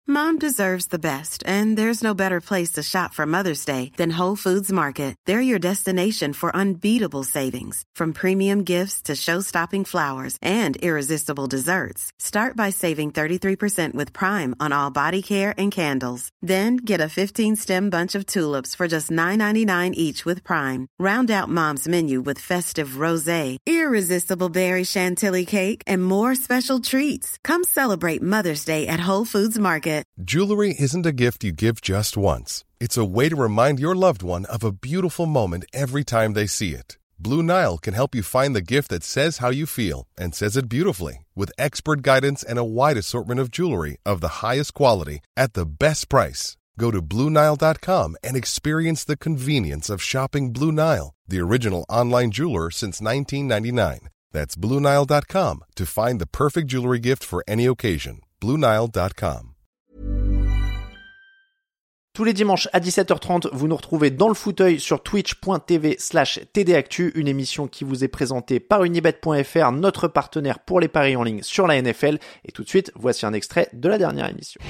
Mom deserves the best, and there's no better place to shop for Mother's Day than Whole Foods Market. They're your destination for unbeatable savings, from premium gifts to show-stopping flowers and irresistible desserts. Start by saving 33% with Prime on all body care and candles. Then get a 15-stem bunch of tulips for just $9.99 each with Prime. Round out Mom's menu with festive rosé, irresistible berry chantilly cake, and more special treats. Come celebrate Mother's Day at Whole Foods Market. Jewelry isn't a gift you give just once. It's a way to remind your loved one of a beautiful moment every time they see it. Blue Nile can help you find the gift that says how you feel and says it beautifully, with expert guidance and a wide assortment of jewelry of the highest quality at the best price. Go to BlueNile.com and experience the convenience of shopping Blue Nile, the original online jeweler since 1999. That's BlueNile.com to find the perfect jewelry gift for any occasion. BlueNile.com. Tous les dimanches à 17h30, vous nous retrouvez dans le fauteuil sur twitch.tv/tdactu, une émission qui vous est présentée par unibet.fr, notre partenaire pour les paris en ligne sur la NFL. Et tout de suite, voici un extrait de la dernière émission.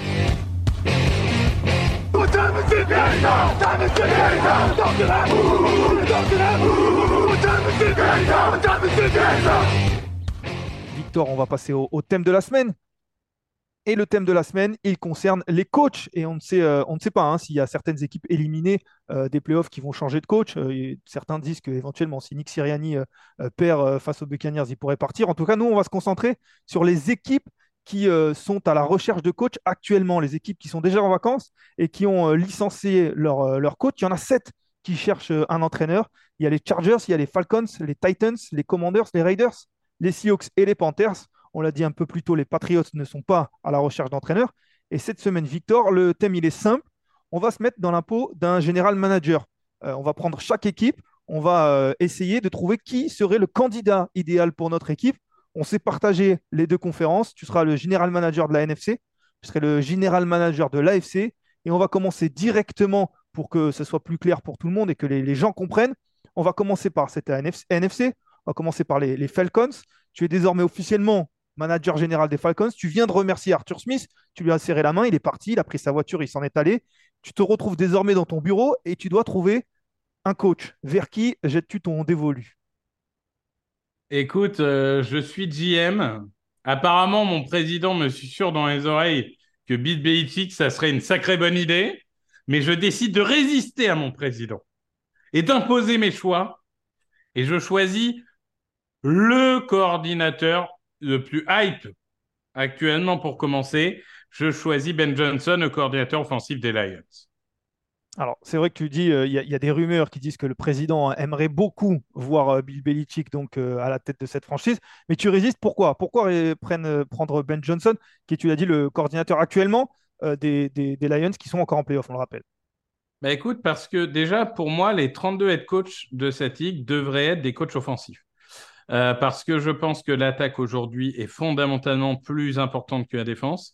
Victor, on va passer au thème de la semaine. Et le thème de la semaine, il concerne les coachs. Et on ne sait pas s'il y a certaines équipes éliminées des playoffs qui vont changer de coach. Certains disent qu'éventuellement, si Nick Sirianni perd face aux Buccaneers, il pourrait partir. En tout cas, nous, on va se concentrer sur les équipes qui sont à la recherche de coach actuellement, les équipes qui sont déjà en vacances et qui ont licencié leur coach. Il y en a 7 qui cherchent un entraîneur. Il y a les Chargers, il y a les Falcons, les Titans, les Commanders, les Raiders, les Seahawks et les Panthers. On l'a dit un peu plus tôt, les Patriots ne sont pas à la recherche d'entraîneur. Et cette semaine, Victor, le thème, il est simple. On va se mettre dans la peau d'un général manager. On va prendre chaque équipe. On va essayer de trouver qui serait le candidat idéal pour notre équipe. On s'est partagé les deux conférences. Tu seras le général manager de la NFC. Je serai le général manager de l'AFC. Et on va commencer directement pour que ce soit plus clair pour tout le monde et que les gens comprennent. On va commencer par cette NFC. On va commencer par les Falcons. Tu es désormais officiellement manager général des Falcons. Tu viens de remercier Arthur Smith. Tu lui as serré la main. Il est parti. Il a pris sa voiture. Il s'en est allé. Tu te retrouves désormais dans ton bureau et tu dois trouver un coach. Vers qui jettes-tu ton dévolu? Écoute, je suis GM. Apparemment, mon président me susurre dans les oreilles que Bill Belichick, ça serait une sacrée bonne idée. Mais je décide de résister à mon président et d'imposer mes choix. Et je choisis le coordinateur le plus hype actuellement pour commencer. Je choisis Ben Johnson, le coordinateur offensif des Lions. Alors, c'est vrai que tu dis, il y a des rumeurs qui disent que le président aimerait beaucoup voir Bill Belichick donc, à la tête de cette franchise, mais tu résistes. Pourquoi prendre Ben Johnson, qui est, tu l'as dit, le coordinateur actuellement des Lions qui sont encore en playoff, on le rappelle? Bah écoute, parce que déjà, pour moi, les 32 head coachs de cette ligue devraient être des coachs offensifs. Parce que je pense que l'attaque aujourd'hui est fondamentalement plus importante que la défense.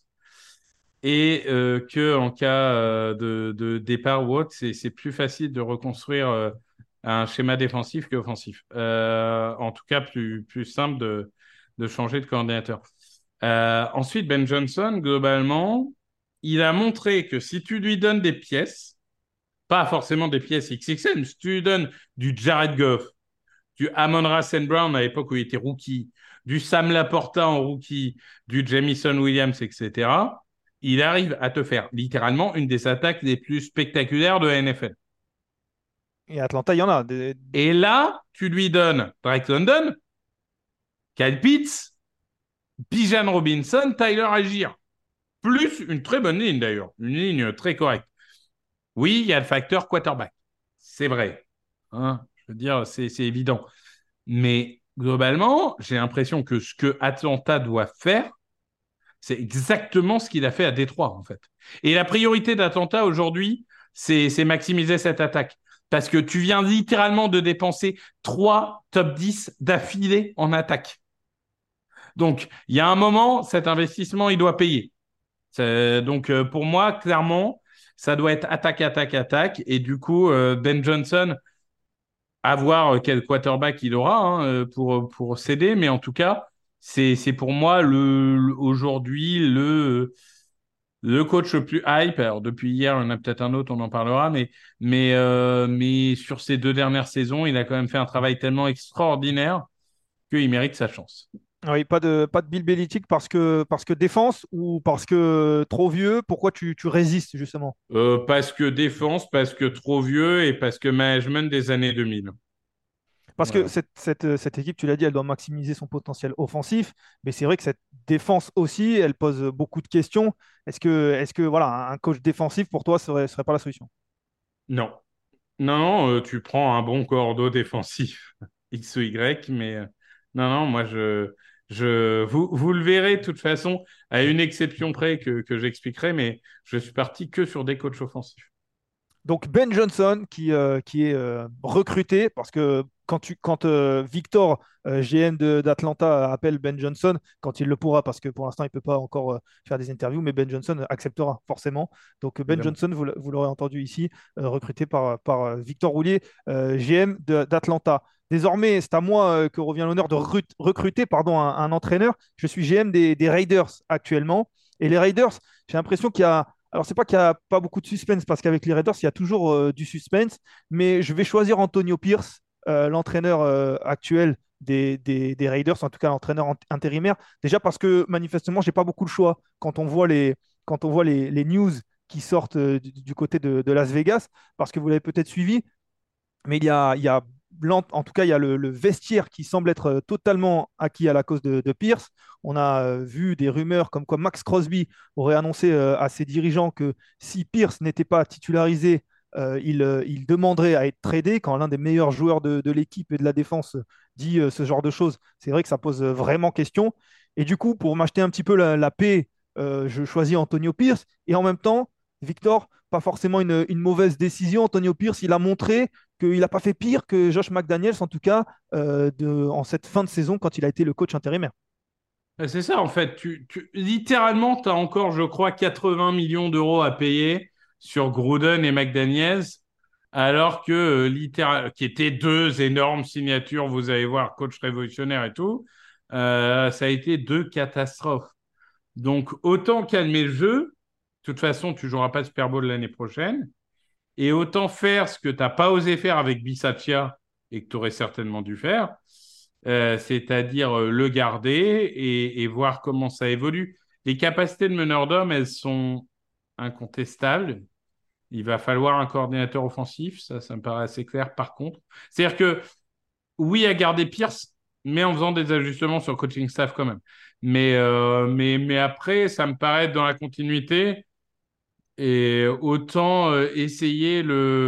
Et qu'en cas de départ ou autre, c'est plus facile de reconstruire un schéma défensif qu'offensif. En tout cas, plus simple de changer de coordinateur. Ensuite, Ben Johnson, globalement, il a montré que si tu lui donnes des pièces, pas forcément des pièces XXL, mais si tu lui donnes du Jared Goff, du Amon-Ra St. Brown à l'époque où il était rookie, du Sam Laporta en rookie, du Jamison Williams, etc., il arrive à te faire littéralement une des attaques les plus spectaculaires de la NFL. Et à Atlanta, il y en a. Et là, tu lui donnes Drake London, Kyle Pitts, Bijan Robinson, Tyler Algier. Plus une très bonne ligne d'ailleurs, une ligne très correcte. Oui, il y a le facteur quarterback. C'est vrai. Je veux dire, c'est évident. Mais globalement, j'ai l'impression que ce que Atlanta doit faire, c'est exactement ce qu'il a fait à Détroit, en fait. Et la priorité d'Atlanta aujourd'hui, c'est maximiser cette attaque. Parce que tu viens littéralement de dépenser 3 top 10 d'affilée en attaque. Donc, il y a un moment, cet investissement, il doit payer. Donc, pour moi, clairement, ça doit être attaque, attaque, attaque. Et du coup, Ben Johnson, à voir quel quarterback il aura pour céder. Mais en tout cas, c'est pour moi aujourd'hui le coach le plus hype. Alors depuis hier, il y en a peut-être un autre, on en parlera, mais sur ces 2 dernières saisons, il a quand même fait un travail tellement extraordinaire qu'il mérite sa chance. Oui, pas de Bill Belichick parce que défense ou parce que trop vieux. Pourquoi tu résistes justement? Parce que défense, parce que trop vieux et parce que management des années 2000. Parce que Voilà. cette équipe, tu l'as dit, elle doit maximiser son potentiel offensif, mais c'est vrai que cette défense aussi, elle pose beaucoup de questions. Est-ce que voilà, un coach défensif pour toi serait pas la solution? Non. Non, non, tu prends un bon cordeau défensif, X ou Y, mais non, non, moi, vous le verrez de toute façon, à une exception près que j'expliquerai, mais je suis parti que sur des coachs offensifs. Donc Ben Johnson qui est recruté parce que quand Victor, GM d'Atlanta, appelle Ben Johnson, quand il le pourra, parce que pour l'instant il ne peut pas encore faire des interviews, mais Ben Johnson acceptera forcément. Donc Ben Évidemment. Johnson, vous l'aurez entendu ici, recruté par Victor Roulier, GM d'Atlanta. Désormais, c'est à moi que revient l'honneur de recruter un entraîneur. Je suis GM des Raiders actuellement. Et les Raiders, j'ai l'impression qu'il y a alors, c'est pas qu'il n'y a pas beaucoup de suspense, parce qu'avec les Raiders, il y a toujours du suspense, mais je vais choisir Antonio Pierce, l'entraîneur actuel des Raiders, en tout cas l'entraîneur intérimaire. Déjà parce que manifestement, j'ai pas beaucoup de choix quand on voit les news qui sortent du côté de Las Vegas, parce que vous l'avez peut-être suivi, mais il y a en tout cas, il y a le vestiaire qui semble être totalement acquis à la cause de Pierce. On a vu des rumeurs comme quoi Max Crosby aurait annoncé à ses dirigeants que si Pierce n'était pas titularisé, il demanderait à être tradé quand l'un des meilleurs joueurs de l'équipe et de la défense dit ce genre de choses. C'est vrai que ça pose vraiment question. Et du coup, pour m'acheter un petit peu la paix, je choisis Antonio Pierce. Et en même temps, Victor, pas forcément une mauvaise décision. Antonio Pierce, il a montré qu'il n'a pas fait pire que Josh McDaniels, en tout cas, en cette fin de saison, quand il a été le coach intérimaire. C'est ça, en fait. Littéralement, tu as encore, je crois, 80 millions d'euros à payer sur Gruden et McDaniels, alors que, qui étaient deux énormes signatures, vous allez voir, coach révolutionnaire et tout, ça a été deux catastrophes. Donc, autant calmer le jeu. De toute façon, tu joueras pas de Super Bowl l'année prochaine. Et autant faire ce que tu n'as pas osé faire avec Bisaccia et que tu aurais certainement dû faire, c'est-à-dire le garder et voir comment ça évolue. Les capacités de meneur d'homme, elles sont incontestables. Il va falloir un coordinateur offensif, ça me paraît assez clair par contre. C'est-à-dire que oui, à garder Pierce, mais en faisant des ajustements sur le coaching staff quand même. Mais après, ça me paraît être dans la continuité et autant essayer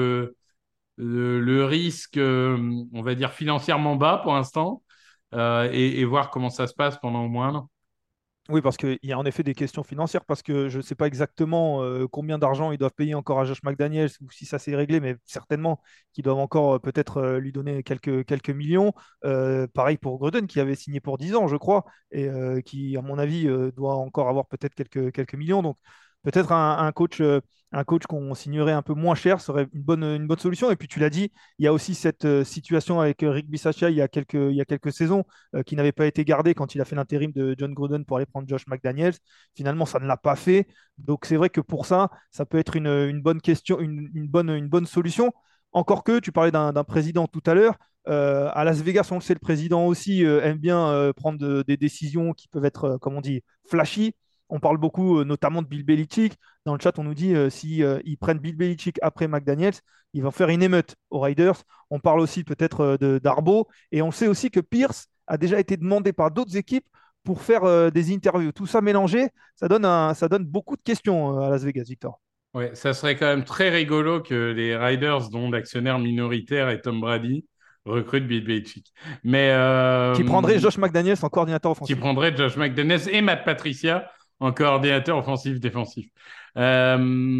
le risque, on va dire, financièrement bas pour l'instant, et voir comment ça se passe pendant au moins un an. Oui, parce qu'il y a en effet des questions financières, parce que je ne sais pas exactement combien d'argent ils doivent payer encore à Josh McDaniels, ou si ça s'est réglé, mais certainement qu'ils doivent encore peut-être lui donner quelques millions. Pareil pour Gruden, qui avait signé pour 10 ans, je crois, et qui, à mon avis, doit encore avoir peut-être quelques millions. Donc, peut-être un coach qu'on signerait un peu moins cher serait une bonne solution. Et puis, tu l'as dit, il y a aussi cette situation avec Rick Bisaccia il y a quelques saisons qui n'avait pas été gardé quand il a fait l'intérim de John Gruden pour aller prendre Josh McDaniels. Finalement, ça ne l'a pas fait. Donc, c'est vrai que pour ça peut être une bonne question, une bonne solution. Encore que, tu parlais d'un président tout à l'heure. À Las Vegas, on le sait, le président aussi aime bien prendre des décisions qui peuvent être, comme on dit, flashy. On parle beaucoup notamment de Bill Belichick. Dans le chat, on nous dit si ils prennent Bill Belichick après McDaniels, ils vont faire une émeute aux Raiders. On parle aussi peut-être d'Arbo. Et on sait aussi que Pierce a déjà été demandé par d'autres équipes pour faire des interviews. Tout ça mélangé, ça donne beaucoup de questions à Las Vegas, Victor. Ouais, ça serait quand même très rigolo que les Riders, dont l'actionnaire minoritaire est Tom Brady, recrutent Bill Belichick. Mais Qui prendrait Josh McDaniels en coordinateur qui offensif. prendrait Josh McDaniels et Matt Patricia en coordinateur offensif-défensif. Euh,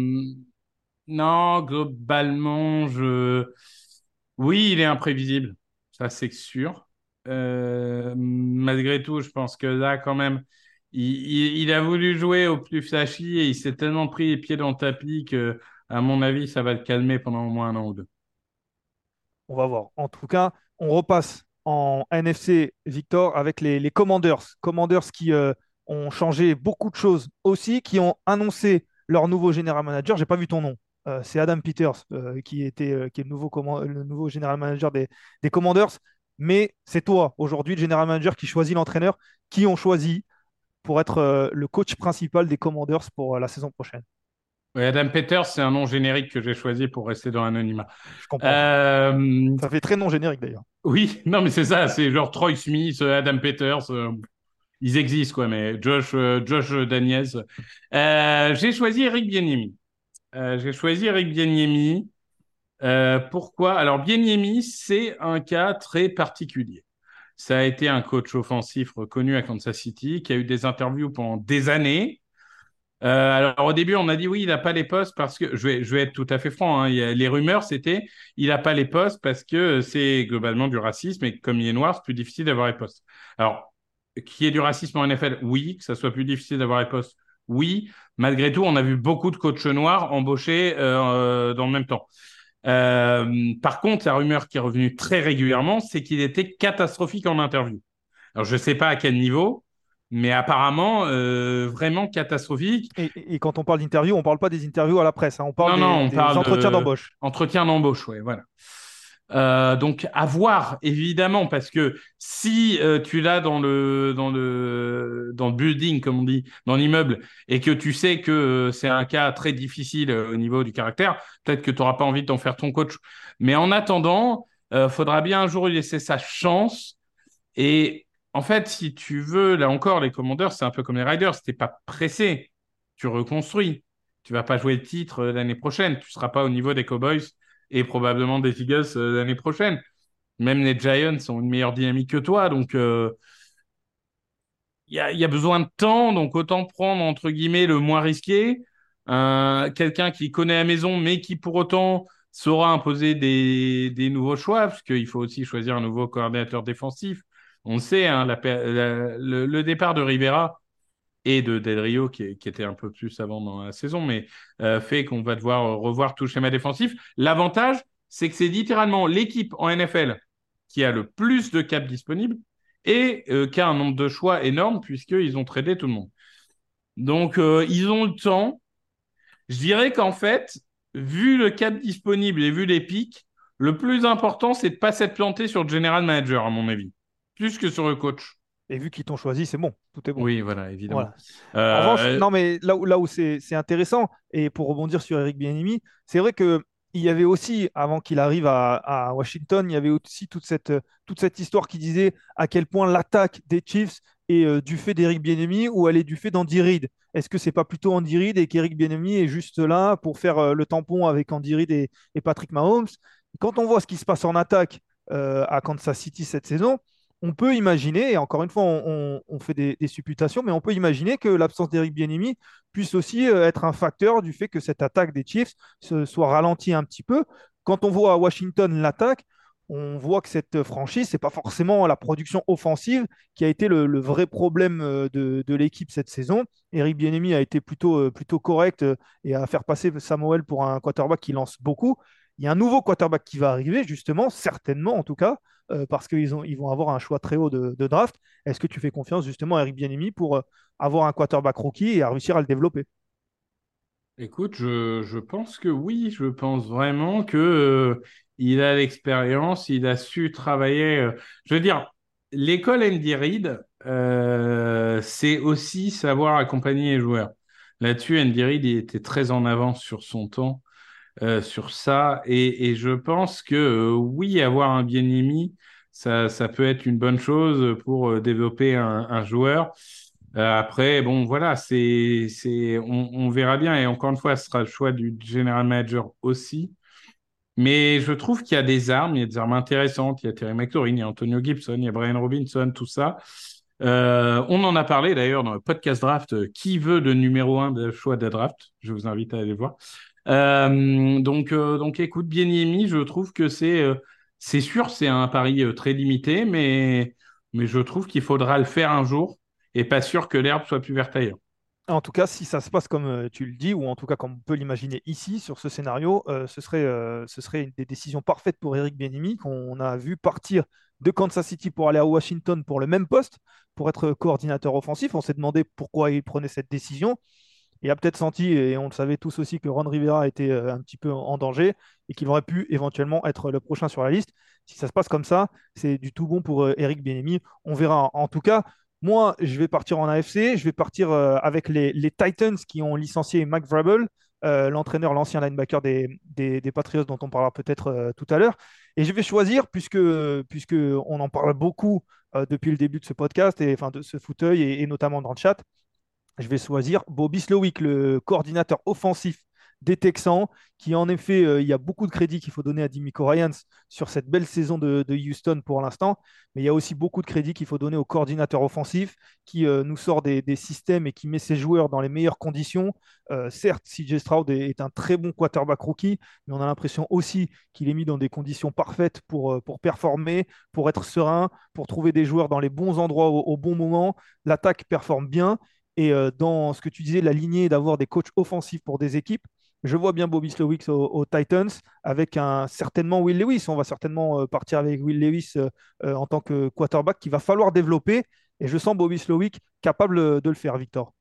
non, globalement, oui, il est imprévisible, ça c'est sûr. Malgré tout, je pense que là, quand même, il a voulu jouer au plus flashy et il s'est tellement pris les pieds dans le tapis que, à mon avis, ça va le calmer pendant au moins un an ou deux. On va voir. En tout cas, on repasse en NFC, Victor, avec les Commanders. Commanders qui ont changé beaucoup de choses aussi, qui ont annoncé leur nouveau général manager, j'ai pas vu ton nom. C'est Adam Peters qui est le nouveau général manager des Commanders. Mais c'est toi, aujourd'hui, le général manager qui choisit l'entraîneur, qui ont choisi pour être le coach principal des Commanders pour la saison prochaine. Ouais, Adam Peters, c'est un nom générique que j'ai choisi pour rester dans l'anonymat. Je comprends. Ça fait très non générique d'ailleurs. Oui, non, mais c'est ça, c'est genre Troy Smith, Adam Peters, ils existent, quoi, mais Josh Daniels. J'ai choisi Eric Bieniemy. Pourquoi? Alors, Bieniemy, c'est un cas très particulier. Ça a été un coach offensif reconnu à Kansas City, qui a eu des interviews pendant des années. Alors au début, on a dit oui, il n'a pas les postes parce que, je vais être tout à fait franc, hein, les rumeurs, c'était il n'a pas les postes parce que c'est globalement du racisme et comme il est noir, c'est plus difficile d'avoir les postes. Alors, qu'il y ait du racisme en NFL, oui, que ça soit plus difficile d'avoir les postes, oui. Malgré tout, on a vu beaucoup de coachs noirs embauchés dans le même temps. Par contre, la rumeur qui est revenue très régulièrement, c'est qu'il était catastrophique en interview. Alors, je ne sais pas à quel niveau, mais apparemment, vraiment catastrophique. Et quand on parle d'interview, on ne parle pas des interviews à la presse, hein, on parle Non, on des parle entretiens d'embauche. entretien d'embauche, ouais, voilà. Donc, à voir, évidemment, parce que si tu l'as dans le building, comme on dit, dans l'immeuble, et que tu sais que c'est un cas très difficile au niveau du caractère, peut-être que tu n'auras pas envie d'en faire ton coach. Mais en attendant, faudra bien un jour lui laisser sa chance. Et en fait, si tu veux, là encore, les Commanders, c'est un peu comme les Riders, t'es pas pressé, tu reconstruis. Tu vas pas jouer le titre l'année prochaine, tu seras pas au niveau des Cowboys et probablement des Eagles l'année prochaine. Même les Giants ont une meilleure dynamique que toi, donc il y a besoin de temps, donc autant prendre entre guillemets le moins risqué, quelqu'un qui connaît la maison, mais qui pour autant saura imposer des nouveaux choix, parce qu'il faut aussi choisir un nouveau coordinateur défensif. On le sait, hein, le départ de Rivera et de Del Rio, qui était un peu plus avant dans la saison, mais fait qu'on va devoir revoir tout le schéma défensif. L'avantage, c'est que c'est littéralement l'équipe en NFL qui a le plus de cap disponibles et qui a un nombre de choix énorme puisqu'ils ont tradé tout le monde. Donc, ils ont le temps. Je dirais qu'en fait, vu le cap disponible et vu les pics, le plus important, c'est de ne pas s'être planté sur le general manager, à mon avis, plus que sur le coach. Et vu qu'ils t'ont choisi, c'est bon, tout est bon. Oui, voilà, évidemment. Voilà. En revanche, non, mais là où c'est intéressant, et pour rebondir sur Eric Bieniemy, c'est vrai que il y avait aussi, avant qu'il arrive à Washington, il y avait aussi toute cette histoire qui disait à quel point l'attaque des Chiefs est du fait d'Eric Bieniemy ou elle est du fait d'Andy Reid. Est-ce que c'est pas plutôt Andy Reid et qu'Eric Bieniemy est juste là pour faire le tampon avec Andy Reid et Patrick Mahomes? Quand on voit ce qui se passe en attaque à Kansas City cette saison, on peut imaginer, et encore une fois, on fait des supputations, mais on peut imaginer que l'absence d'Eric Bieniemy puisse aussi être un facteur du fait que cette attaque des Chiefs soit ralentie un petit peu. Quand on voit à Washington l'attaque, on voit que cette franchise, c'est pas forcément la production offensive qui a été le vrai problème de l'équipe cette saison. Eric Bieniemy a été plutôt correct et a fait passer Samuel pour un quarterback qui lance beaucoup. Il y a un nouveau quarterback qui va arriver, justement, certainement en tout cas, parce qu'ils vont avoir un choix très haut de draft. Est-ce que tu fais confiance justement à Eric Bieniemy pour avoir un quarterback rookie et à réussir à le développer? Écoute, je pense que oui, je pense vraiment que il a l'expérience, il a su travailler. Je veux dire, l'école Andy Reid, c'est aussi savoir accompagner les joueurs. Là-dessus, Andy Reid, il était très en avance sur son temps, sur ça, et je pense que oui, avoir un Bieniemy, ça peut être une bonne chose pour développer un joueur. Après, bon, voilà, on verra bien. Et encore une fois, ce sera le choix du general manager aussi. Mais je trouve qu'il y a des armes, il y a des armes intéressantes. Il y a Terry McLaurin, il y a Antonio Gibson, il y a Brian Robinson, tout ça. On en a parlé d'ailleurs dans le podcast draft. Qui veut le numéro 1 de choix de draft? Je vous invite à aller voir. Donc, écoute, Bieniemy, je trouve que c'est sûr, c'est un pari très limité, mais je trouve qu'il faudra le faire un jour et pas sûr que l'herbe soit plus verte ailleurs. En tout cas, si ça se passe comme tu le dis, ou en tout cas comme on peut l'imaginer ici, sur ce scénario, ce serait une des décisions parfaites pour Eric Bieniemy, qu'on a vu partir de Kansas City pour aller à Washington pour le même poste, pour être coordinateur offensif. On s'est demandé pourquoi il prenait cette décision. Il a peut-être senti, et on le savait tous aussi, que Ron Rivera était un petit peu en danger et qu'il aurait pu éventuellement être le prochain sur la liste. Si ça se passe comme ça, c'est du tout bon pour Eric Bieniemy. On verra. En tout cas, moi, je vais partir en AFC. Je vais partir avec les Titans qui ont licencié Mike Vrabel, l'ancien linebacker des Patriots dont on parlera peut-être tout à l'heure. Et je vais choisir, puisque on en parle beaucoup depuis le début de ce podcast, et enfin de ce fauteuil, et notamment dans le chat, je vais choisir Bobby Slowick, le coordinateur offensif des Texans, qui en effet, il y a beaucoup de crédit qu'il faut donner à Dimico Ryans sur cette belle saison de Houston pour l'instant, mais il y a aussi beaucoup de crédit qu'il faut donner au coordinateur offensif qui nous sort des systèmes et qui met ses joueurs dans les meilleures conditions. Certes, CJ Stroud est un très bon quarterback rookie, mais on a l'impression aussi qu'il est mis dans des conditions parfaites pour performer, pour être serein, pour trouver des joueurs dans les bons endroits au bon moment. L'attaque performe bien. Et dans ce que tu disais, la lignée d'avoir des coachs offensifs pour des équipes, je vois bien Bobby Slowick aux Titans avec certainement Will Levis. On va certainement partir avec Will Levis en tant que quarterback qu'il va falloir développer. Et je sens Bobby Slowick capable de le faire, Victor.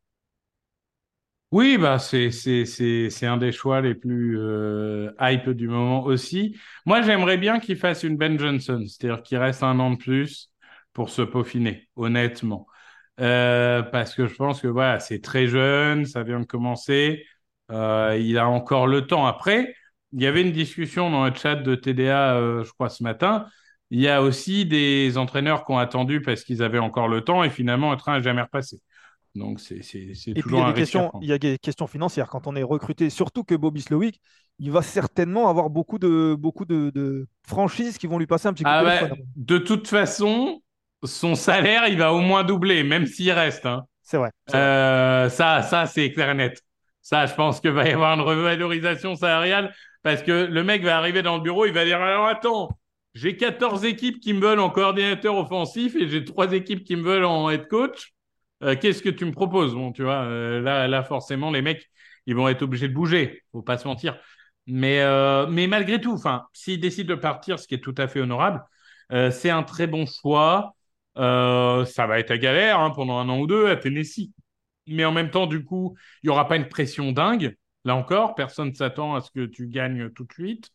Oui, bah c'est un des choix les plus hype du moment aussi. Moi, j'aimerais bien qu'il fasse une Ben Johnson, c'est-à-dire qu'il reste un an de plus pour se peaufiner, honnêtement. Parce que je pense que voilà, c'est très jeune, ça vient de commencer, il a encore le temps. Après, il y avait une discussion dans le chat de TDA, je crois, ce matin. Il y a aussi des entraîneurs qui ont attendu parce qu'ils avaient encore le temps et finalement, le train n'a jamais repassé. Donc, c'est Et puis, il y toujours a un des risque à questions, prendre. il y a des questions financières quand on est recruté, surtout que Bobby Slowick, il va certainement avoir beaucoup de franchises qui vont lui passer un petit coup de Ah bah, téléphone. de toute façon, son salaire, il va au moins doubler, même s'il reste, hein. C'est vrai, c'est vrai. Ça, c'est clair et net. Ça, je pense qu'il va y avoir une revalorisation salariale parce que le mec va arriver dans le bureau, il va dire, alors attends, j'ai 14 équipes qui me veulent en coordinateur offensif et j'ai 3 équipes qui me veulent en head coach. Qu'est-ce que tu me proposes? Bon, tu vois, là, forcément, les mecs, ils vont être obligés de bouger. Faut pas se mentir. Mais malgré tout, enfin, s'il décide de partir, ce qui est tout à fait honorable, c'est un très bon choix. Ça va être à galère hein, pendant un an ou deux à Tennessee. Mais en même temps, du coup, il n'y aura pas une pression dingue. Là encore, personne ne s'attend à ce que tu gagnes tout de suite.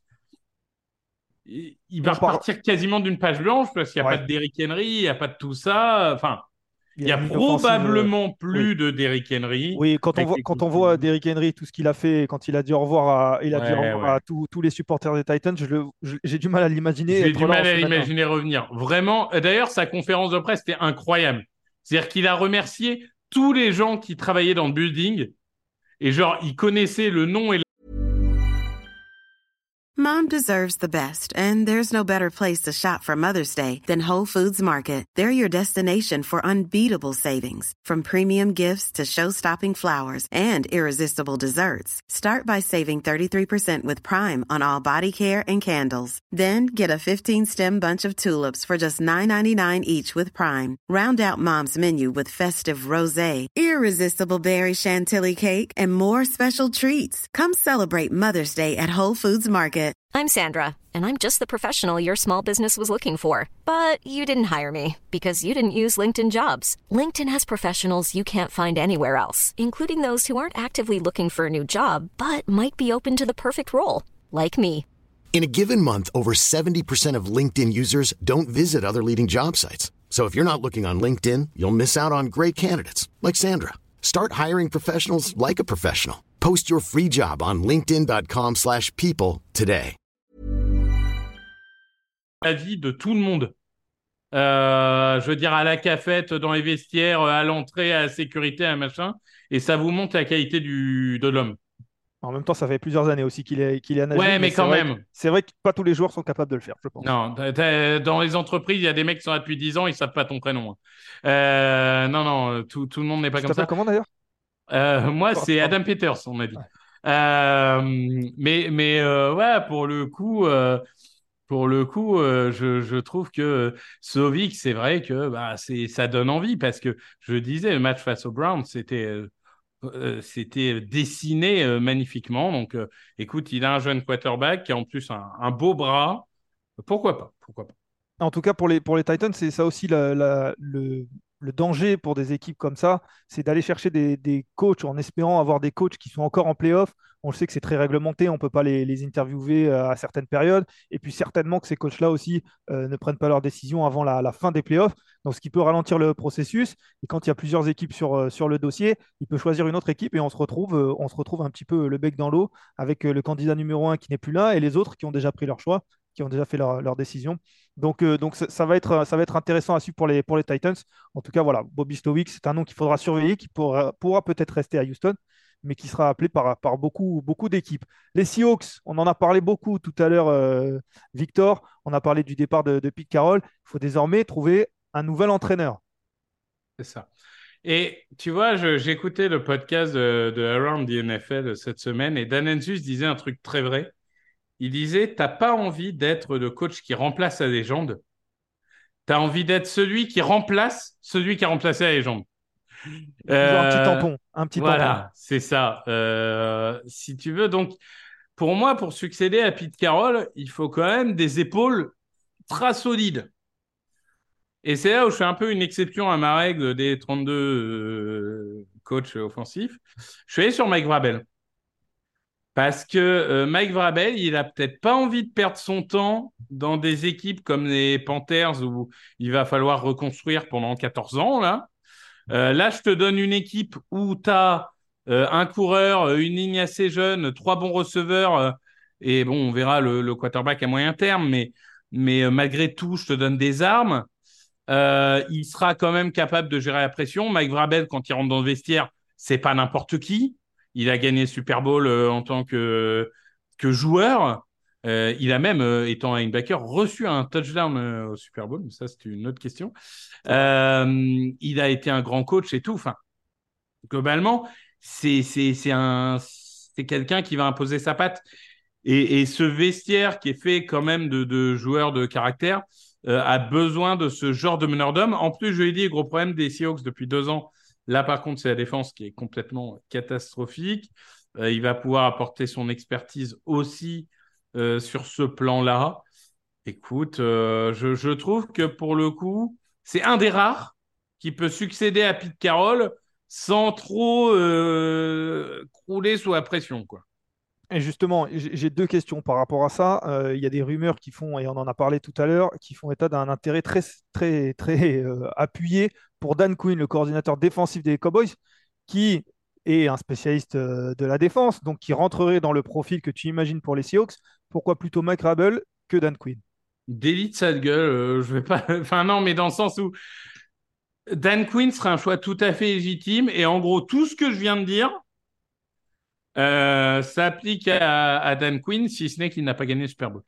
Il Et va on parle. repartir quasiment d'une page blanche parce qu'il n'y a pas Ouais, de Derrick Henry, il n'y a pas de tout ça. Enfin, il y il a y a une ligne offensive. probablement Oui. plus de Derrick Henry Oui, avec les quand coups on de voit fusil. Derrick Henry, tout ce qu'il a fait, quand il a dit au revoir il a dit au Ouais, revoir à ouais. tous les supporters des Titans, j'ai du mal à l'imaginer J'ai être du là mal à ce matin. l'imaginer revenir. Vraiment. D'ailleurs, sa conférence de presse était incroyable. C'est-à-dire qu'il a remercié tous les gens qui travaillaient dans le building et genre, il connaissait le nom et Mom deserves the best, and there's no better place to shop for Mother's Day than Whole Foods Market. They're your destination for unbeatable savings, from premium gifts to show-stopping flowers and irresistible desserts. Start by saving 33% with Prime on all body care and candles. Then get a 15-stem bunch of tulips for just $9.99 each with Prime. Round out Mom's menu with festive rosé, irresistible berry chantilly cake, and more special treats. Come celebrate Mother's Day at Whole Foods Market. I'm Sandra, and I'm just the professional your small business was looking for. But you didn't hire me because you didn't use LinkedIn Jobs. LinkedIn has professionals you can't find anywhere else, including those who aren't actively looking for a new job, but might be open to the perfect role, like me. In a given month, over 70% of LinkedIn users don't visit other leading job sites. So if you're not looking on LinkedIn, you'll miss out on great candidates like Sandra. Start hiring professionals like a professional. Post your free job on linkedin.com/people today. la vie de tout le monde. Je veux dire, à la cafette, dans les vestiaires, à l'entrée, à la sécurité, à machin. Et ça vous montre la qualité de l'homme. En même temps, ça fait plusieurs années aussi qu'il est à Nashville, Ouais, mais quand même. c'est vrai que pas tous les joueurs sont capables de le faire, je pense. Non, dans les entreprises, il y a des mecs qui sont là depuis 10 ans, ils savent pas ton prénom. Hein. Non, tout le monde n'est pas Tu comme t'appelles ça. comment d'ailleurs? Moi, c'est Pardon. Adam Peters, on a dit. Ouais. Ouais, pour le coup, je trouve que Sovic, c'est vrai que bah, ça donne envie parce que je disais, le match face aux Browns, c'était dessiné magnifiquement. Donc, écoute, il a un jeune quarterback qui a en plus un beau bras. Pourquoi pas? Pourquoi pas? En tout cas, pour les Titans, c'est ça aussi le danger pour des équipes comme ça, c'est d'aller chercher des coachs en espérant avoir des coachs qui sont encore en playoff. On le sait que c'est très réglementé, on ne peut pas les interviewer à certaines périodes. Et puis certainement que ces coachs-là aussi ne prennent pas leurs décisions avant la fin des playoffs. Donc ce qui peut ralentir le processus. Et quand il y a plusieurs équipes sur le dossier, il peut choisir une autre équipe et on se retrouve un petit peu le bec dans l'eau avec le candidat numéro un qui n'est plus là et les autres qui ont déjà pris leur choix, qui ont déjà fait leur décision. Donc ça va être intéressant à suivre pour les Titans. En tout cas, voilà, Bobby Slowick, c'est un nom qu'il faudra surveiller, qui pourra peut-être rester à Houston, mais qui sera appelé par beaucoup d'équipes. Les Seahawks, on en a parlé beaucoup tout à l'heure, Victor. On a parlé du départ de Pete Carroll. Il faut désormais trouver un nouvel entraîneur. C'est ça. Et tu vois, j'ai écouté le podcast de Around the NFL cette semaine et Dan Enzus disait un truc très vrai. Il disait, t'as pas envie d'être le coach qui remplace la légende. T'as envie d'être celui qui remplace celui qui a remplacé la légende. Toujours un petit tampon. Voilà, c'est ça. Si tu veux, donc, pour moi, pour succéder à Pete Carroll, il faut quand même des épaules très solides. Et c'est là où je fais un peu une exception à ma règle des 32 coachs offensifs. Je suis allé sur Mike Vrabel. Parce que Mike Vrabel, il a peut-être pas envie de perdre son temps dans des équipes comme les Panthers où il va falloir reconstruire pendant 14 ans. Là, je te donne une équipe où tu as un coureur, une ligne assez jeune, 3 bons receveurs. Et bon, on verra le quarterback à moyen terme. Mais malgré tout, je te donne des armes. Il sera quand même capable de gérer la pression. Mike Vrabel, quand il rentre dans le vestiaire, c'est pas n'importe qui. Il a gagné le Super Bowl en tant que joueur. Il a même, étant linebacker, reçu un touchdown au Super Bowl. Mais ça, c'est une autre question. Il a été un grand coach et tout. Enfin, globalement, c'est quelqu'un qui va imposer sa patte. Et ce vestiaire qui est fait quand même de joueurs de caractère a besoin de ce genre de meneur d'homme. En plus, je l'ai dit, le gros problème des Seahawks depuis 2 ans, là par contre, c'est la défense qui est complètement catastrophique. Il va pouvoir apporter son expertise aussi sur ce plan-là. Écoute, je trouve que pour le coup, c'est un des rares qui peut succéder à Pete Carroll sans trop crouler sous la pression, quoi. Et justement, j'ai 2 questions par rapport à ça. Il y a des rumeurs qui font, et on en a parlé tout à l'heure, qui font état d'un intérêt très, très, très appuyé pour Dan Quinn, le coordinateur défensif des Cowboys, qui est un spécialiste de la défense, donc qui rentrerait dans le profil que tu imagines pour les Seahawks. Pourquoi plutôt Mike Rabel que Dan Quinn? Délit de sale gueule, je vais pas. Enfin, non, mais dans le sens où Dan Quinn serait un choix tout à fait légitime. Et en gros, tout ce que je viens de dire s'applique à Dan Quinn, si ce n'est qu'il n'a pas gagné le Super Bowl.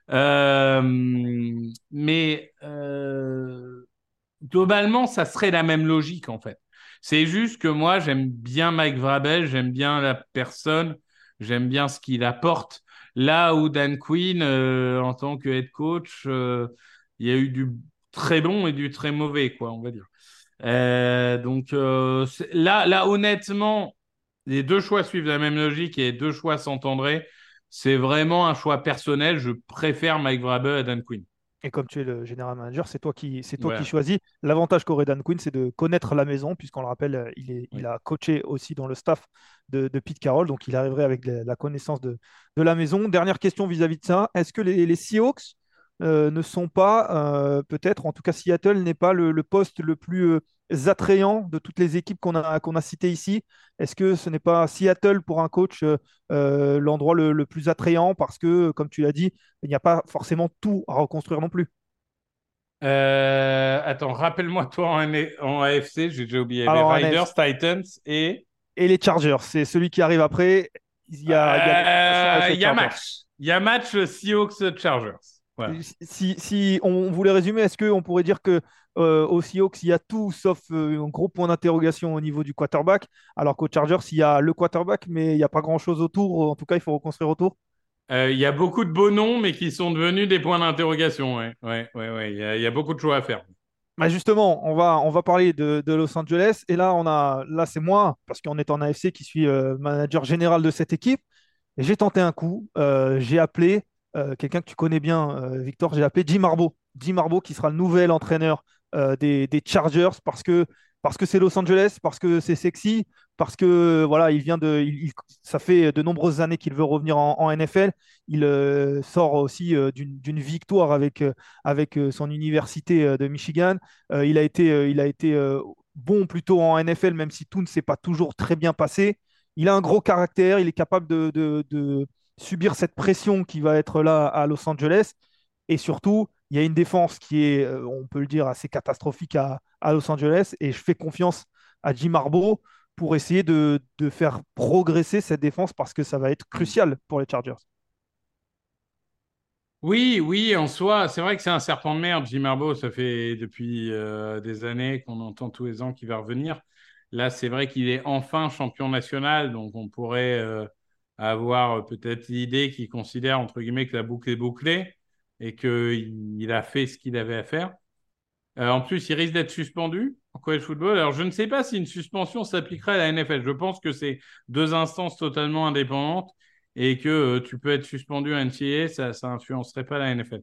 Mais globalement, ça serait la même logique, en fait. C'est juste que moi, j'aime bien Mike Vrabel, j'aime bien la personne, j'aime bien ce qu'il apporte. Là où Dan Quinn, en tant que head coach, il y a eu du très bon et du très mauvais, quoi, on va dire. Donc là, honnêtement, les 2 choix suivent la même logique et les 2 choix s'entendraient. C'est vraiment un choix personnel. Je préfère Mike Vrabel à Dan Quinn. Et comme tu es le général manager, c'est toi qui Voilà. choisis. L'avantage qu'aurait Dan Quinn, c'est de connaître la maison, puisqu'on le rappelle, Oui. il a coaché aussi dans le staff de Pete Carroll, donc il arriverait avec la connaissance de la maison. Dernière question vis-à-vis de ça, est-ce que les Seahawks ne sont pas, peut-être, en tout cas Seattle n'est pas le poste le plus attrayant de toutes les équipes qu'on a citées ici? Est-ce que ce n'est pas Seattle pour un coach l'endroit le plus attrayant parce que, comme tu l'as dit, il n'y a pas forcément tout à reconstruire non plus? Attends, rappelle-moi toi en AFC, j'ai déjà oublié. Les Alors, en Riders, AFC. Titans et Et les Chargers, c'est celui qui arrive après. Il y a des situations avec les il y a Chargers. match. Il y a match Seahawks-Chargers. Voilà. Si on voulait résumer, est-ce qu'on pourrait dire que aux Seahawks, il y a tout sauf un gros point d'interrogation au niveau du quarterback, alors qu'aux Chargers, il y a le quarterback, mais il n'y a pas grand-chose autour. En tout cas, il faut reconstruire autour. Il y a beaucoup de beaux noms, mais qui sont devenus des points d'interrogation. Ouais. Il y a beaucoup de choix à faire. Bah justement, on va parler de Los Angeles. Et là c'est moi, parce qu'on est en AFC, qui suis manager général de cette équipe. Et j'ai tenté un coup. J'ai appelé quelqu'un que tu connais bien, Victor. J'ai appelé Jim Harbaugh. Jim Harbaugh, qui sera le nouvel entraîneur des Chargers parce que c'est Los Angeles, parce que c'est sexy, parce que voilà, ça fait de nombreuses années qu'il veut revenir en NFL. Il sort aussi d'une victoire avec son université de Michigan. Il a été bon plutôt en NFL, même si tout ne s'est pas toujours très bien passé. Il a un gros caractère, il est capable de subir cette pression qui va être là à Los Angeles. Et surtout, il y a une défense qui est, on peut le dire, assez catastrophique à Los Angeles. Et je fais confiance à Jim Harbaugh pour essayer de faire progresser cette défense parce que ça va être crucial pour les Chargers. Oui, oui, en soi, c'est vrai que c'est un serpent de mer, Jim Harbaugh. Ça fait depuis des années qu'on entend tous les ans qu'il va revenir. Là, c'est vrai qu'il est enfin champion national, donc on pourrait avoir peut-être l'idée qu'il considère, entre guillemets, que la boucle est bouclée et qu'il a fait ce qu'il avait à faire. En plus, il risque d'être suspendu en college football. Alors, je ne sais pas si une suspension s'appliquerait à la NFL. Je pense que c'est deux instances totalement indépendantes et que tu peux être suspendu à NCAA, ça n'influencerait pas la NFL.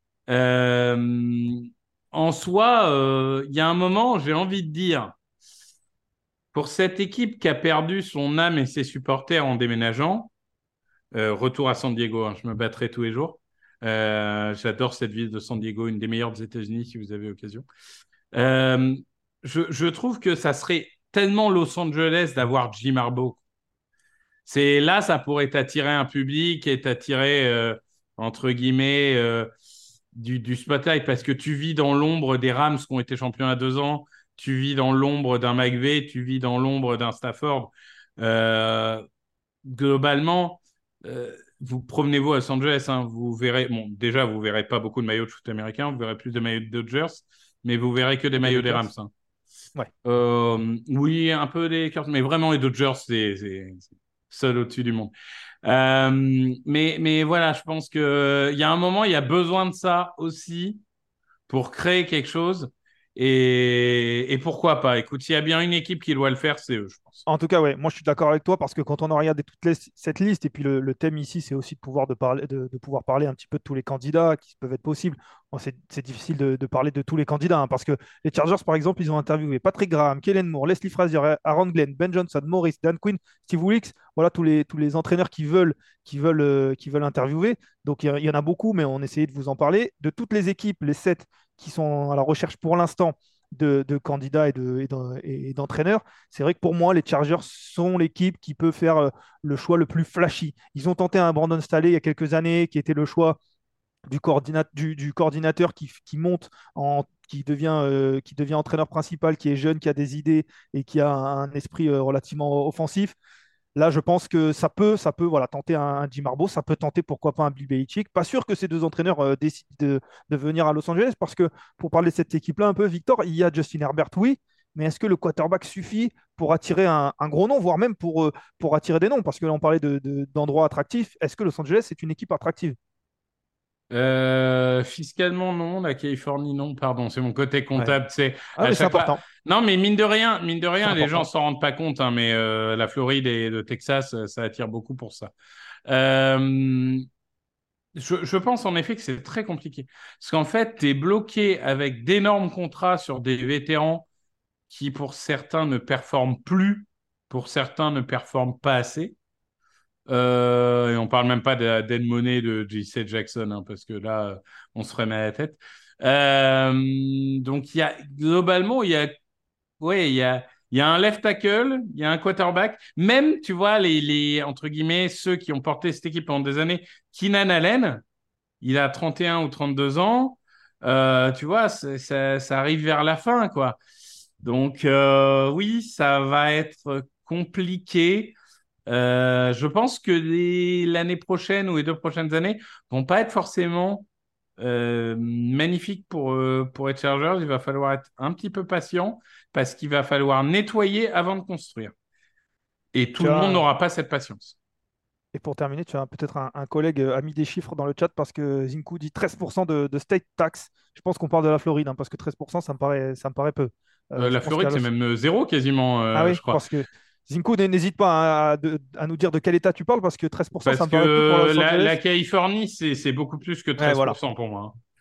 Euh, En soi, il y a un moment, j'ai envie de dire, pour cette équipe qui a perdu son âme et ses supporters en déménageant, retour à San Diego, hein, je me battrai tous les jours. J'adore cette ville de San Diego, une des meilleures des États-Unis si vous avez l'occasion. Euh, je trouve que ça serait tellement Los Angeles d'avoir Jim Harbaugh. C'est là, ça pourrait t'attirer un public et t'attirer entre guillemets du spotlight parce que tu vis dans l'ombre des Rams qui ont été champions à 2 ans, tu vis dans l'ombre d'un McVay, tu vis dans l'ombre d'un Stafford. Euh, Globalement, vous promenez-vous à Los Angeles, hein, vous verrez, bon, déjà, vous verrez pas beaucoup de maillots de foot américains, vous verrez plus de maillots de Dodgers, mais vous verrez que des Des maillots des Dodgers. Rams. Hein. Ouais. Oui, un peu des cartes, mais vraiment, les Dodgers, c'est seul au-dessus du monde. Mais voilà, je pense que il y a un moment, il y a besoin de ça aussi pour créer quelque chose. Et pourquoi pas? Écoute, s'il y a bien une équipe qui doit le faire, c'est eux, je pense. En tout cas, ouais, moi je suis d'accord avec toi parce que quand on a regardé cette liste, et puis le thème ici, c'est aussi de pouvoir parler un petit peu de tous les candidats qui peuvent être possibles. Bon, c'est difficile de parler de tous les candidats hein, parce que les Chargers, par exemple, ils ont interviewé Patrick Graham, Kellen Moore, Leslie Frazier, Aaron Glenn, Ben Johnson, Morris, Dan Quinn, Steve Wilkes. Voilà tous les entraîneurs qui veulent interviewer. Donc il y en a beaucoup, mais on essayait de vous en parler. De toutes les équipes, les 7 qui sont à la recherche pour l'instant de candidats et d'entraîneurs, c'est vrai que pour moi, les Chargers sont l'équipe qui peut faire le choix le plus flashy. Ils ont tenté un Brandon Staley il y a quelques années, qui était le choix du coordinateur qui monte qui devient entraîneur principal, qui est jeune, qui a des idées et qui a un esprit relativement offensif. Là, je pense que ça peut voilà, tenter un Jim Harbaugh, ça peut tenter pourquoi pas un Bill Belichick. Pas sûr que ces deux entraîneurs décident de venir à Los Angeles parce que pour parler de cette équipe-là un peu, Victor, il y a Justin Herbert, oui, mais est-ce que le quarterback suffit pour attirer un gros nom, voire même pour attirer des noms? Parce que là, on parlait d'endroits attractifs. Est-ce que Los Angeles est une équipe attractive? Fiscalement, non. La Californie, non. Pardon, c'est mon côté Ouais. comptable. C'est Ah, à mais c'est chaque fois. important. Non, mais mine de C'est rien, les gens important. s'en rendent pas compte. Hein, mais la Floride et le Texas, ça attire beaucoup pour ça. Euh, je pense en effet que c'est très compliqué. Parce qu'en fait, tu es bloqué avec d'énormes contrats sur des vétérans qui, pour certains, ne performent plus, pour certains, ne performent pas assez. Et on parle même pas de la dead money de J.C. Jackson, hein, parce que là, on se remet à la tête. Donc, globalement, il y a un left tackle, il y a un quarterback. Même, tu vois, entre guillemets, ceux qui ont porté cette équipe pendant des années, Keenan Allen, il a 31 ou 32 ans. Tu vois, ça arrive vers la fin, quoi. Donc, oui, ça va être compliqué. Je pense que l'année prochaine ou les 2 prochaines années vont pas être forcément magnifiques pour les Chargers. Il va falloir être un petit peu patient parce qu'il va falloir nettoyer avant de construire. Et tout Tu le monde as, n'aura pas cette patience. et pour terminer, tu as peut-être un collègue mis des chiffres dans le chat parce que Zinku dit 13% de state tax. Je pense qu'on parle de la Floride hein, parce que 13%, ça me paraît peu. Je La pense qu'à Floride, c'est même zéro quasiment, Ah oui, je crois. parce que Zinku, n'hésite pas à nous dire de quel état tu parles parce que 13%, ça Parce me paraît peu pour que Los la Angeles. Californie, c'est beaucoup plus que Ouais, voilà. 13% pour moi. Hein.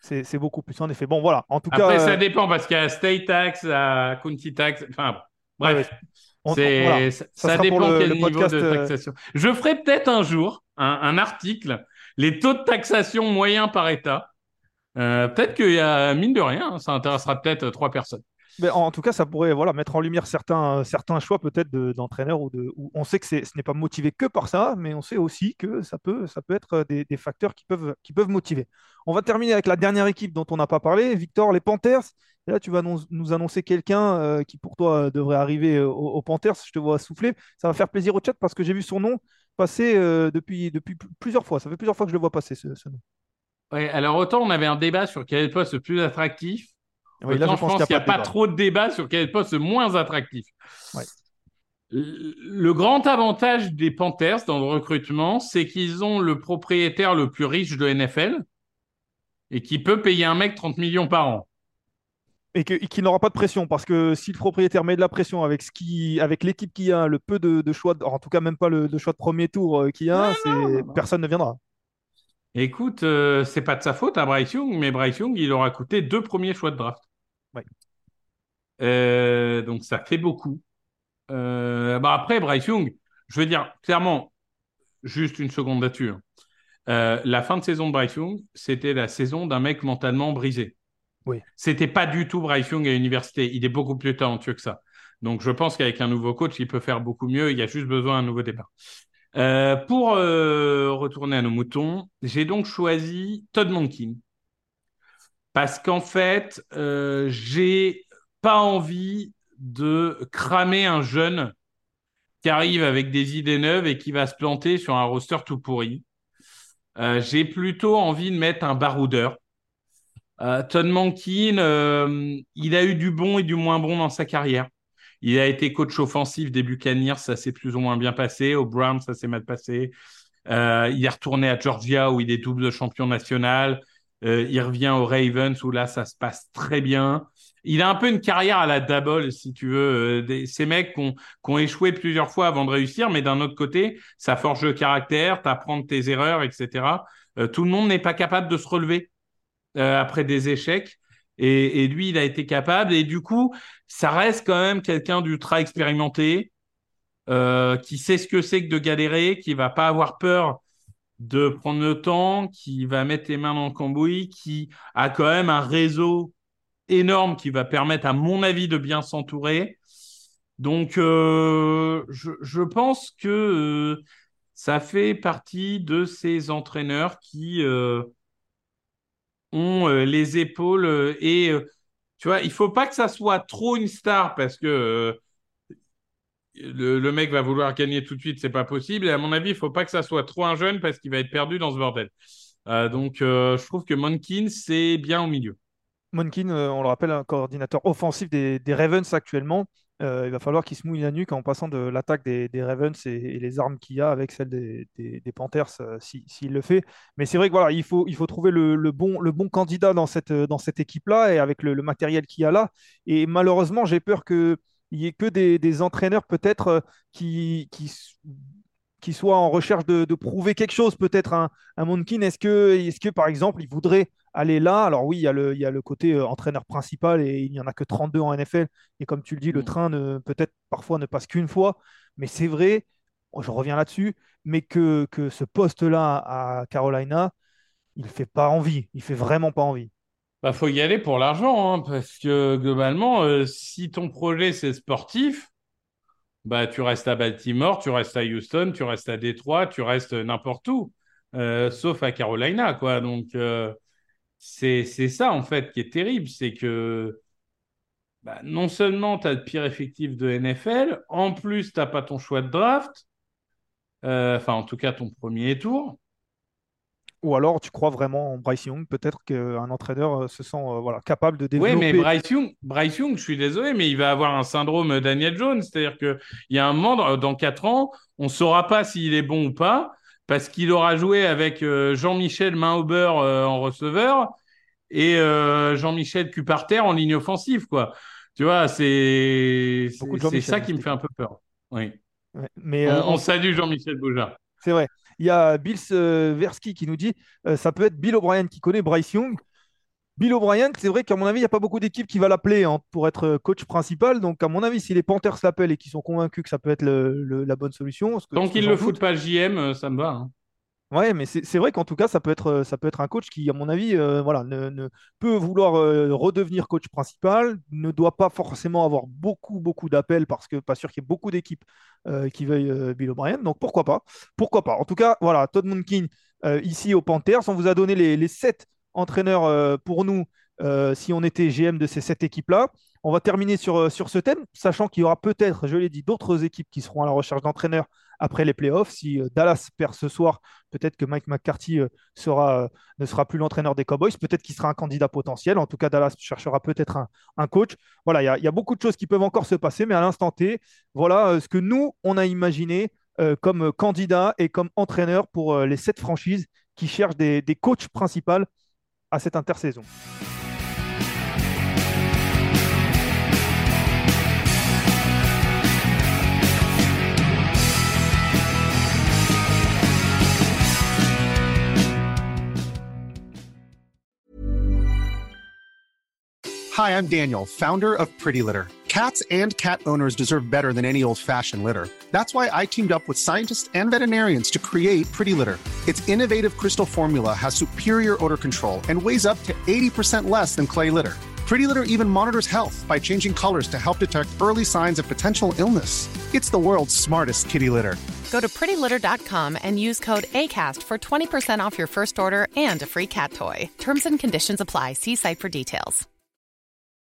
C'est beaucoup plus, en effet. Bon, voilà. En tout Après, cas, ça dépend parce qu'il y a state tax, county tax, enfin, ouais, ouais. bref, Voilà. Ça ça sera pour dépend quel le niveau podcast. de taxation. Je ferai peut-être un jour un article, les taux de taxation moyens par État. Peut-être qu'il y a, mine de rien, ça intéressera peut-être 3 personnes. Mais en tout cas, ça pourrait voilà, mettre en lumière certains choix peut-être d'entraîneurs où on sait que ce n'est pas motivé que par ça, mais on sait aussi que ça peut être des facteurs qui peuvent motiver. On va terminer avec la dernière équipe dont on n'a pas parlé, Victor, les Panthers. Et là, tu vas nous annoncer quelqu'un qui pour toi devrait arriver aux Panthers. Je te vois souffler. Ça va faire plaisir au chat parce que j'ai vu son nom passer depuis plusieurs fois. Ça fait plusieurs fois que je le vois passer, ce nom. Ouais, alors autant on avait un débat sur quel est le poste le plus attractif, Oui, là, autant je je pense qu'il pense n'y a qu'il pas n'y a de pas débat. trop de débat sur quel est le poste le moins attractif. Ouais. Le grand avantage des Panthers dans le recrutement, c'est qu'ils ont le propriétaire le plus riche de NFL et qui peut payer un mec 30 millions par an. Et qu'il n'aura pas de pression, parce que si le propriétaire met de la pression avec l'équipe qu'il y a, le peu de choix, en tout cas même pas de choix de premier tour qu'il y a, Non. personne ne viendra. Écoute, c'est pas de sa faute à Bryce Young, mais Bryce Young, il aura coûté 2 premiers choix de draft. Ouais. Donc ça fait beaucoup. Après, Bryce Young, je veux dire, clairement, juste une seconde là-dessus. La fin de saison de Bryce Young, c'était la saison d'un mec mentalement brisé. Oui. C'était pas du tout Bryce Young à l'université. Il est beaucoup plus talentueux que ça. Donc je pense qu'avec un nouveau coach, il peut faire beaucoup mieux. Il y a juste besoin d'un nouveau départ. Pour retourner à nos moutons, j'ai donc choisi Todd Monken. Parce qu'en fait, j'ai pas envie de cramer un jeune qui arrive avec des idées neuves et qui va se planter sur un roster tout pourri. J'ai plutôt envie de mettre un baroudeur. Todd Monken, il a eu du bon et du moins bon dans sa carrière. Il a été coach offensif des Buccaneers, ça s'est plus ou moins bien passé. Au Browns, ça s'est mal passé. Il est retourné à Georgia où il est double champion national. Il revient aux Ravens où là, ça se passe très bien. Il a un peu une carrière à la Dabble, si tu veux. Ces mecs qui ont échoué plusieurs fois avant de réussir, mais d'un autre côté, ça forge le caractère, t'apprends de tes erreurs, etc. Tout le monde n'est pas capable de se relever après des échecs. Et lui, il a été capable. Et du coup, ça reste quand même quelqu'un d'ultra expérimenté, qui sait ce que c'est que de galérer, qui va pas avoir peur de prendre le temps, qui va mettre les mains dans le cambouis, qui a quand même un réseau énorme qui va permettre, à mon avis, de bien s'entourer. Donc, je pense que ça fait partie de ces entraîneurs qui ont les épaules tu vois, il faut pas que ça soit trop une star parce que le mec va vouloir gagner tout de suite, c'est pas possible. Et à mon avis, il faut pas que ça soit trop un jeune parce qu'il va être perdu dans ce bordel. Donc, je trouve que Monken, c'est bien au milieu. Monken, on le rappelle, un coordinateur offensif des Ravens actuellement. Il va falloir qu'il se mouille la nuque en passant de l'attaque des Ravens et les armes qu'il y a avec celles des Panthers s'il le fait. Mais c'est vrai que voilà, il faut trouver le bon candidat dans cette équipe-là et avec le matériel qu'il y a là. Et malheureusement, j'ai peur qu'il n'y ait que des entraîneurs peut-être qui soient en recherche de prouver quelque chose, peut-être un Monken. Est-ce que, par exemple, il voudrait aller là? Alors oui, il y a le côté entraîneur principal et il n'y en a que 32 en NFL. Et comme tu le dis, le train peut-être parfois ne passe qu'une fois. Mais c'est vrai, je reviens là-dessus, mais que ce poste-là à Carolina, il ne fait pas envie. Il fait vraiment pas envie. Bah, faut y aller pour l'argent, hein, parce que globalement, si ton projet c'est sportif, bah tu restes à Baltimore, tu restes à Houston, tu restes à Détroit, tu restes n'importe où, sauf à Carolina, quoi. Donc c'est ça en fait qui est terrible, c'est que bah, non seulement tu as le pire effectif de NFL, en plus t'as pas ton choix de draft, enfin en tout cas ton premier tour. Ou alors, tu crois vraiment en Bryce Young? Peut-être qu'un entraîneur se sent voilà, capable de Oui, mais développer. Bryce Young, je suis désolé, mais il va avoir un syndrome Daniel Jones. C'est-à-dire qu'il y a un moment, dans 4 ans, on ne saura pas s'il est bon ou pas, parce qu'il aura joué avec Jean-Michel main au beurre en receveur et Jean-Michel cul par terre en ligne offensive, quoi. Tu vois, Beaucoup de c'est Jean-Michel ça dans qui me cette fait un équipe. peu peur. Oui. Ouais. Mais On salue Jean-Michel Boujard. c'est vrai. Il y a Bill Versky qui nous dit ça peut être Bill O'Brien qui connaît Bryce Young. Bill O'Brien, c'est vrai qu'à mon avis, il n'y a pas beaucoup d'équipes qui va l'appeler pour être coach principal. Donc, à mon avis, si les Panthers l'appellent et qu'ils sont convaincus que ça peut être la bonne solution. Tant qu'ils ne le foutent pas JM, ça me va. Hein. Ouais, mais c'est vrai qu'en tout cas, ça peut être un coach qui, à mon avis, voilà, peut vouloir redevenir coach principal, ne doit pas forcément avoir beaucoup d'appels parce que pas sûr qu'il y ait beaucoup d'équipes qui veuillent Bill O'Brien. Donc pourquoi pas? Pourquoi pas? En tout cas, voilà, Todd Monken ici aux Panthers, on vous a donné les 7 entraîneurs pour nous si on était GM de ces 7 équipes-là. On va terminer sur ce thème, sachant qu'il y aura peut-être, je l'ai dit, d'autres équipes qui seront à la recherche d'entraîneurs après les playoffs. Si Dallas perd ce soir, peut-être que Mike McCarthy ne sera plus l'entraîneur des Cowboys. Peut-être qu'il sera un candidat potentiel. En tout cas, Dallas cherchera peut-être un coach. Voilà, il y a beaucoup de choses qui peuvent encore se passer, mais à l'instant T, voilà ce que nous, on a imaginé comme candidat et comme entraîneur pour les 7 franchises qui cherchent des coachs principaux à cette intersaison. Hi, I'm Daniel, founder of Pretty Litter. Cats and cat owners deserve better than any old-fashioned litter. That's why I teamed up with scientists and veterinarians to create Pretty Litter. Its innovative crystal formula has superior odor control and weighs up to 80% less than clay litter. Pretty Litter even monitors health by changing colors to help detect early signs of potential illness. It's the world's smartest kitty litter. Go to prettylitter.com and use code ACAST for 20% off your first order and a free cat toy. Terms and conditions apply. See site for details.